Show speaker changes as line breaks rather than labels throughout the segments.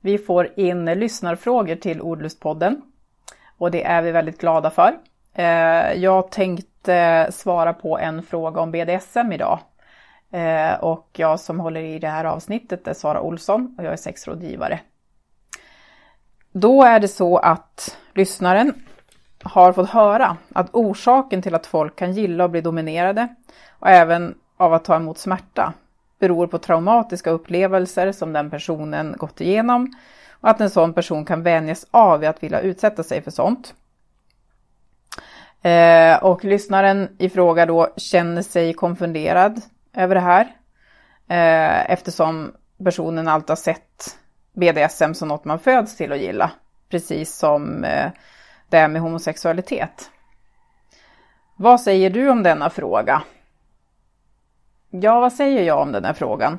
Vi får in lyssnarfrågor till Ordlustpodden och det är vi väldigt glada för. Jag tänkte svara på en fråga om BDSM idag. Och jag som håller i det här avsnittet är Sara Olsson och jag är sexrådgivare. Då är det så att lyssnaren har fått höra att orsaken till att folk kan gilla och bli dominerade och även av att ta emot smärta beror på traumatiska upplevelser som den personen gått igenom och att en sån person kan vänjas av vid att vilja utsätta sig för sånt. Och lyssnaren i fråga då känner sig konfunderad över det här eftersom personen alltid har sett BDSM som något man föds till att gilla, precis som det är med homosexualitet. Vad säger du om denna fråga? Ja, vad säger jag om den här frågan?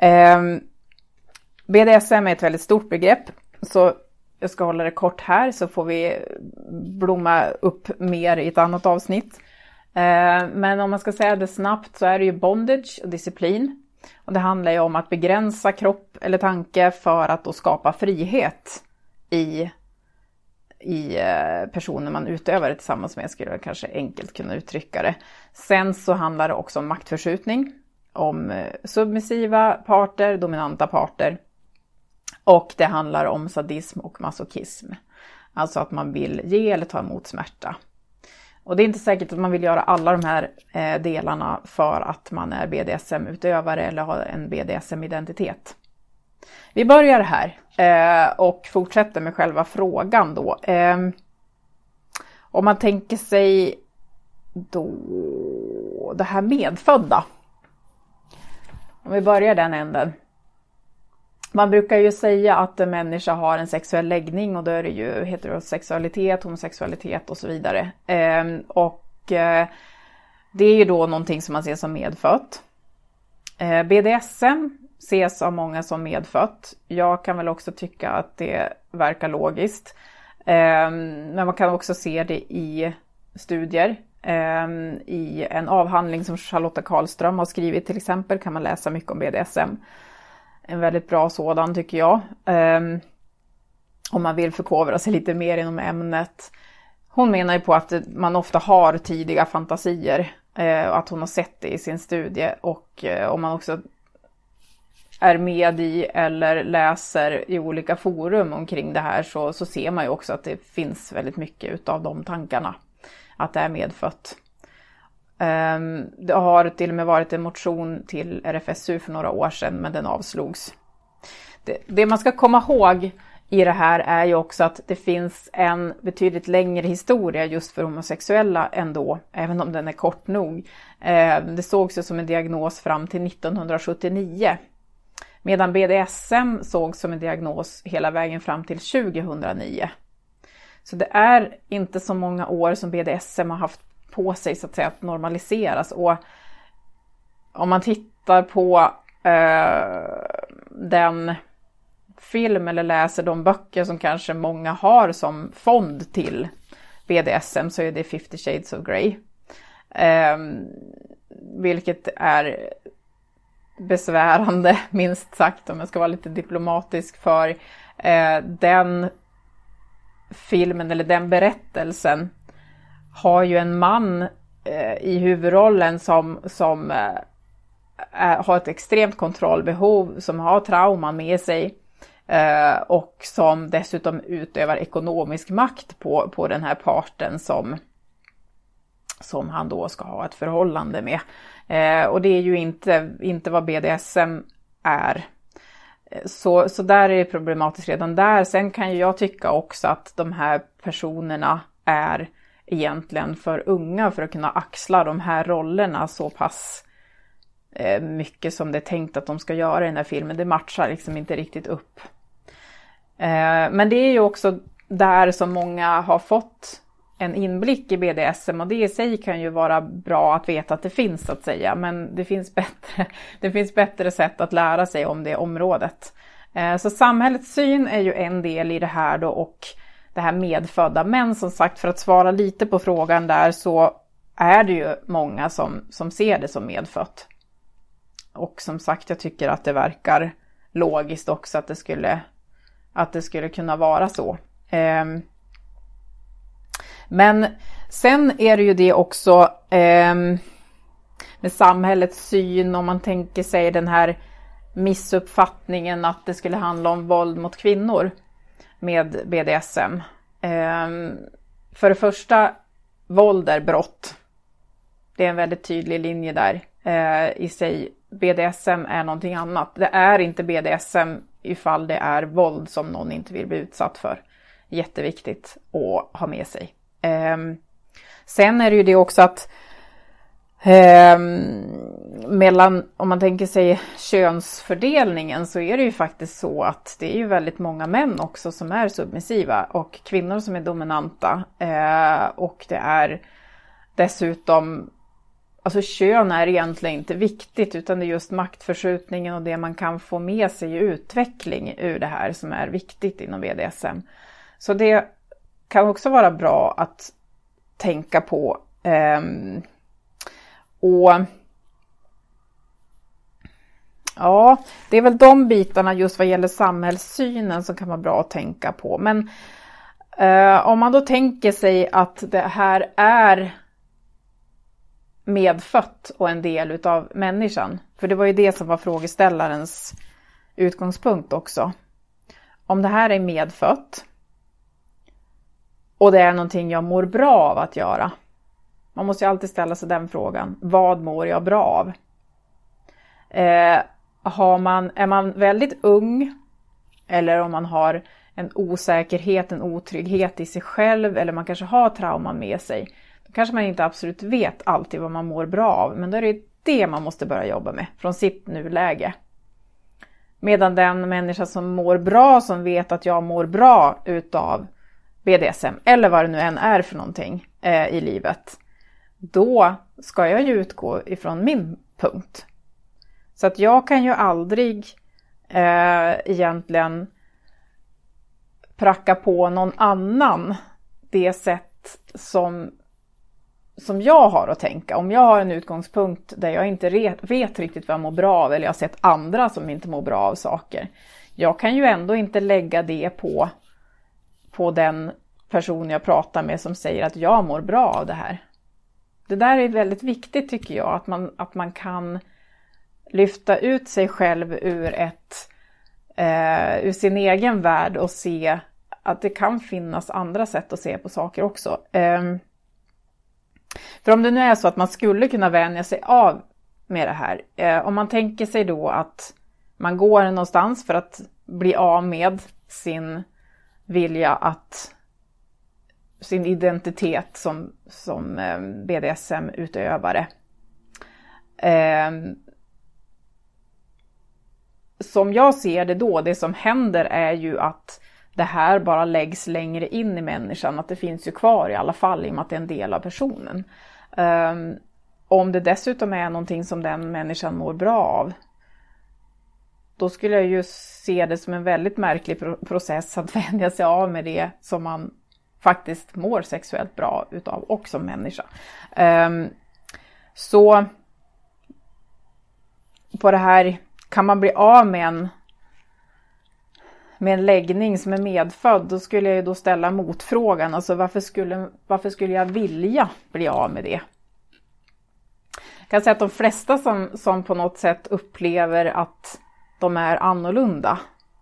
BDSM är ett väldigt stort begrepp, så jag ska hålla det kort här så får vi blomma upp mer i ett annat avsnitt. Men om man ska säga det snabbt så är det ju bondage och disciplin. Och det handlar ju om att begränsa kropp eller tanke för att då skapa frihet i personer man utövar det tillsammans med, skulle jag kanske enkelt kunna uttrycka det. Sen så handlar det också om maktförskjutning, om submissiva parter, dominanta parter. Och det handlar om sadism och masochism. Alltså att man vill ge eller ta emot smärta. Och det är inte säkert att man vill göra alla de här delarna för att man är BDSM-utövare eller har en BDSM-identitet. Vi börjar här och fortsätter med själva frågan då. Om man tänker sig då det här medfödda. Om vi börjar den änden. Man brukar ju säga att en människa har en sexuell läggning och då är det ju heterosexualitet, homosexualitet och så vidare. Det är ju då någonting som man ser som medfött. BDSM ses av många som medfött. Jag kan väl också tycka att det verkar logiskt. Men man kan också se det i studier. I en avhandling som Charlotta Karlström har skrivit till exempel kan man läsa mycket om BDSM. En väldigt bra sådan tycker jag. Om man vill förkovra sig lite mer inom ämnet. Hon menar ju på att man ofta har tidiga fantasier. Och att hon har sett det i sin studie. Och om man också är med i eller läser i olika forum omkring det här så ser man ju också att det finns väldigt mycket utav de tankarna. Att det är medfött. Det har till och med varit en motion till RFSU för några år sedan, men den avslogs. Det man ska komma ihåg i det här är ju också att det finns en betydligt längre historia just för homosexuella ändå, även om den är kort nog. Det sågs ju som en diagnos fram till 1979. Medan BDSM sågs som en diagnos hela vägen fram till 2009. Så det är inte så många år som BDSM har haft på sig så att säga att normaliseras. Och om man tittar på den film eller läser de böcker som kanske många har som fond till BDSM så är det 50 Shades of Grey. Vilket är besvärande minst sagt om jag ska vara lite diplomatisk för den filmen eller den berättelsen har ju en man i huvudrollen som har ett extremt kontrollbehov, som har trauman med sig och som dessutom utövar ekonomisk makt på den här parten som han då ska ha ett förhållande med. Och det är ju inte vad BDSM är. Så där är det problematiskt redan där. Sen kan ju jag tycka också att de här personerna är egentligen för unga för att kunna axla de här rollerna så pass mycket som det är tänkt att de ska göra i den här filmen. Det matchar liksom inte riktigt upp. Men det är ju också där som många har fått en inblick i BDSM och det i sig kan ju vara bra att veta att det finns så att säga. Men det finns bättre sätt att lära sig om det området. Så samhällets syn är ju en del i det här då och det här medfödda. Men som sagt, för att svara lite på frågan där så är det ju många som ser det som medfött. Och som sagt, jag tycker att det verkar logiskt också att det skulle att det skulle kunna vara så. Men sen är det ju det också med samhällets syn, om man tänker sig den här missuppfattningen att det skulle handla om våld mot kvinnor med BDSM. För det första, våld är brott. Det är en väldigt tydlig linje där i sig. BDSM är någonting annat. Det är inte BDSM ifall det är våld som någon inte vill bli utsatt för. Jätteviktigt att ha med sig. Sen är det ju det också att om man tänker sig könsfördelningen, så är det ju faktiskt så att det är ju väldigt många män också som är submissiva och kvinnor som är dominanta, och det är dessutom, alltså kön är egentligen inte viktigt, utan det är just maktförskjutningen och det man kan få med sig i utveckling ur det här som är viktigt inom BDSM. Så det kan också vara bra att tänka på. Och ja, det är väl de bitarna just vad gäller samhällssynen som kan vara bra att tänka på. Men om man då tänker sig att det här är medfött och en del utav människan. För det var ju det som var frågeställarens utgångspunkt också. Om det här är medfött och det är någonting jag mår bra av att göra. Man måste ju alltid ställa sig den frågan. Vad mår jag bra av? Är man väldigt ung, eller om man har en osäkerhet, en otrygghet i sig själv, eller man kanske har trauma med sig, då kanske man inte absolut vet alltid vad man mår bra av. Men då är det man måste börja jobba med från sitt nuläge. Medan den människa som mår bra, som vet att jag mår bra utav BDSM, eller vad det nu än är för någonting i livet, då ska jag ju utgå ifrån min punkt. Så att jag kan ju aldrig egentligen pracka på någon annan det sätt som jag har att tänka. Om jag har en utgångspunkt där jag inte vet riktigt vad jag mår bra av, eller jag har sett andra som inte mår bra av saker. Jag kan ju ändå inte lägga det på den person jag pratar med som säger att jag mår bra av det här. Det där är väldigt viktigt, tycker jag, att man kan lyfta ut sig själv ur sin egen värld och se att det kan finnas andra sätt att se på saker också. För om det nu är så att man skulle kunna vänja sig av med det här. Om man tänker sig då att man går någonstans för att bli av med sin vilja sin identitet som BDSM-utövare. Som jag ser det då, det som händer är ju att det här bara läggs längre in i människan. Att det finns ju kvar i alla fall, i och med att det är en del av personen. Om det dessutom är någonting som den människan mår bra av, då skulle jag ju se det som en väldigt märklig process att vänja sig av med det som man faktiskt mår sexuellt bra utav och som människa. Så på det här, kan man bli av med en läggning som är medfödd, då skulle jag ju då ställa motfrågan. Alltså varför skulle jag vilja bli av med det? Jag kan säga att de flesta som på något sätt upplever att de är annorlunda.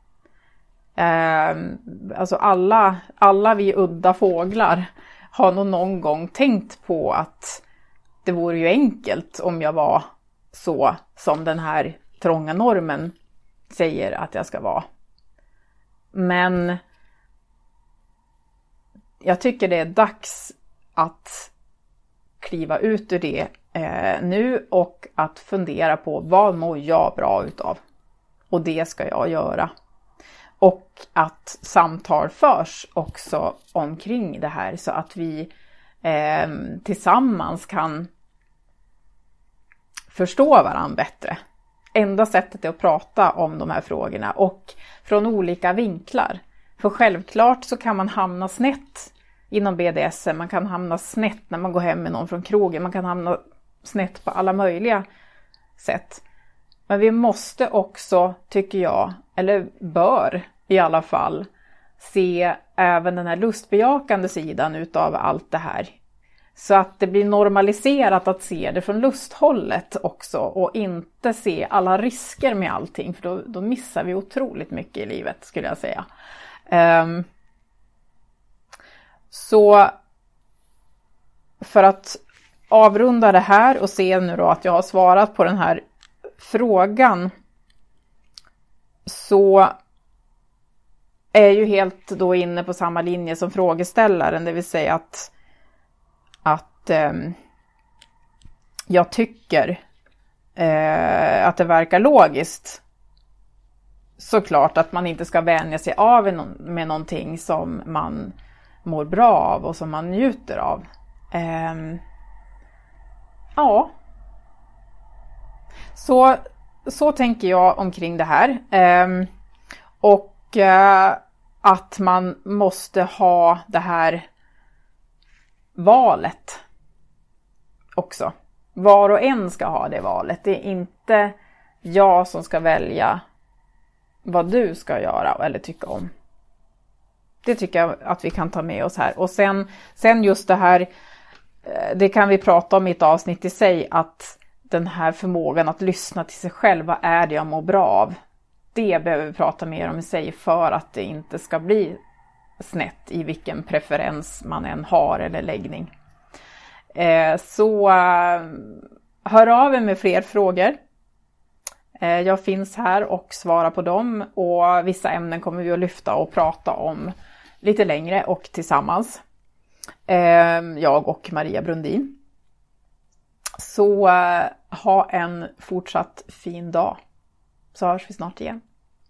Alltså alla vi udda fåglar har nog någon gång tänkt på att det vore ju enkelt om jag var så som den här trånga normen säger att jag ska vara. Men jag tycker det är dags att kliva ut ur det nu och att fundera på vad mår jag bra utav. Och det ska jag göra. Och att samtal förs också omkring det här så att vi tillsammans kan förstå varandra bättre. Enda sättet är att prata om de här frågorna och från olika vinklar. För självklart så kan man hamna snett inom BDSM. Man kan hamna snett när man går hem med någon från krogen. Man kan hamna snett på alla möjliga sätt. Men vi måste också, tycker jag, eller bör i alla fall se även den här lustbejakande sidan utav allt det här. Så att det blir normaliserat att se det från lusthållet också och inte se alla risker med allting, för då missar vi otroligt mycket i livet, skulle jag säga. Så för att avrunda det här och se nu då att jag har svarat på den här frågan, så är jag ju helt då inne på samma linje som frågeställaren, det vill säga att jag tycker att det verkar logiskt, såklart, att man inte ska vänja sig av med någonting som man mår bra av och som man njuter av. Ja. Så tänker jag omkring det här. Och att man måste ha det här valet också. Var och en ska ha det valet. Det är inte jag som ska välja vad du ska göra eller tycka om. Det tycker jag att vi kan ta med oss här. Och sen just det här, det kan vi prata om i ett avsnitt i sig, att den här förmågan att lyssna till sig själv, vad är det jag mår bra av? Det behöver vi prata mer om i sig för att det inte ska bli snett i vilken preferens man än har eller läggning. Så hör av er med fler frågor. Jag finns här och svarar på dem, och vissa ämnen kommer vi att lyfta och prata om lite längre och tillsammans. Jag och Maria Brundin. Så ha en fortsatt fin dag. Så hörs vi snart igen.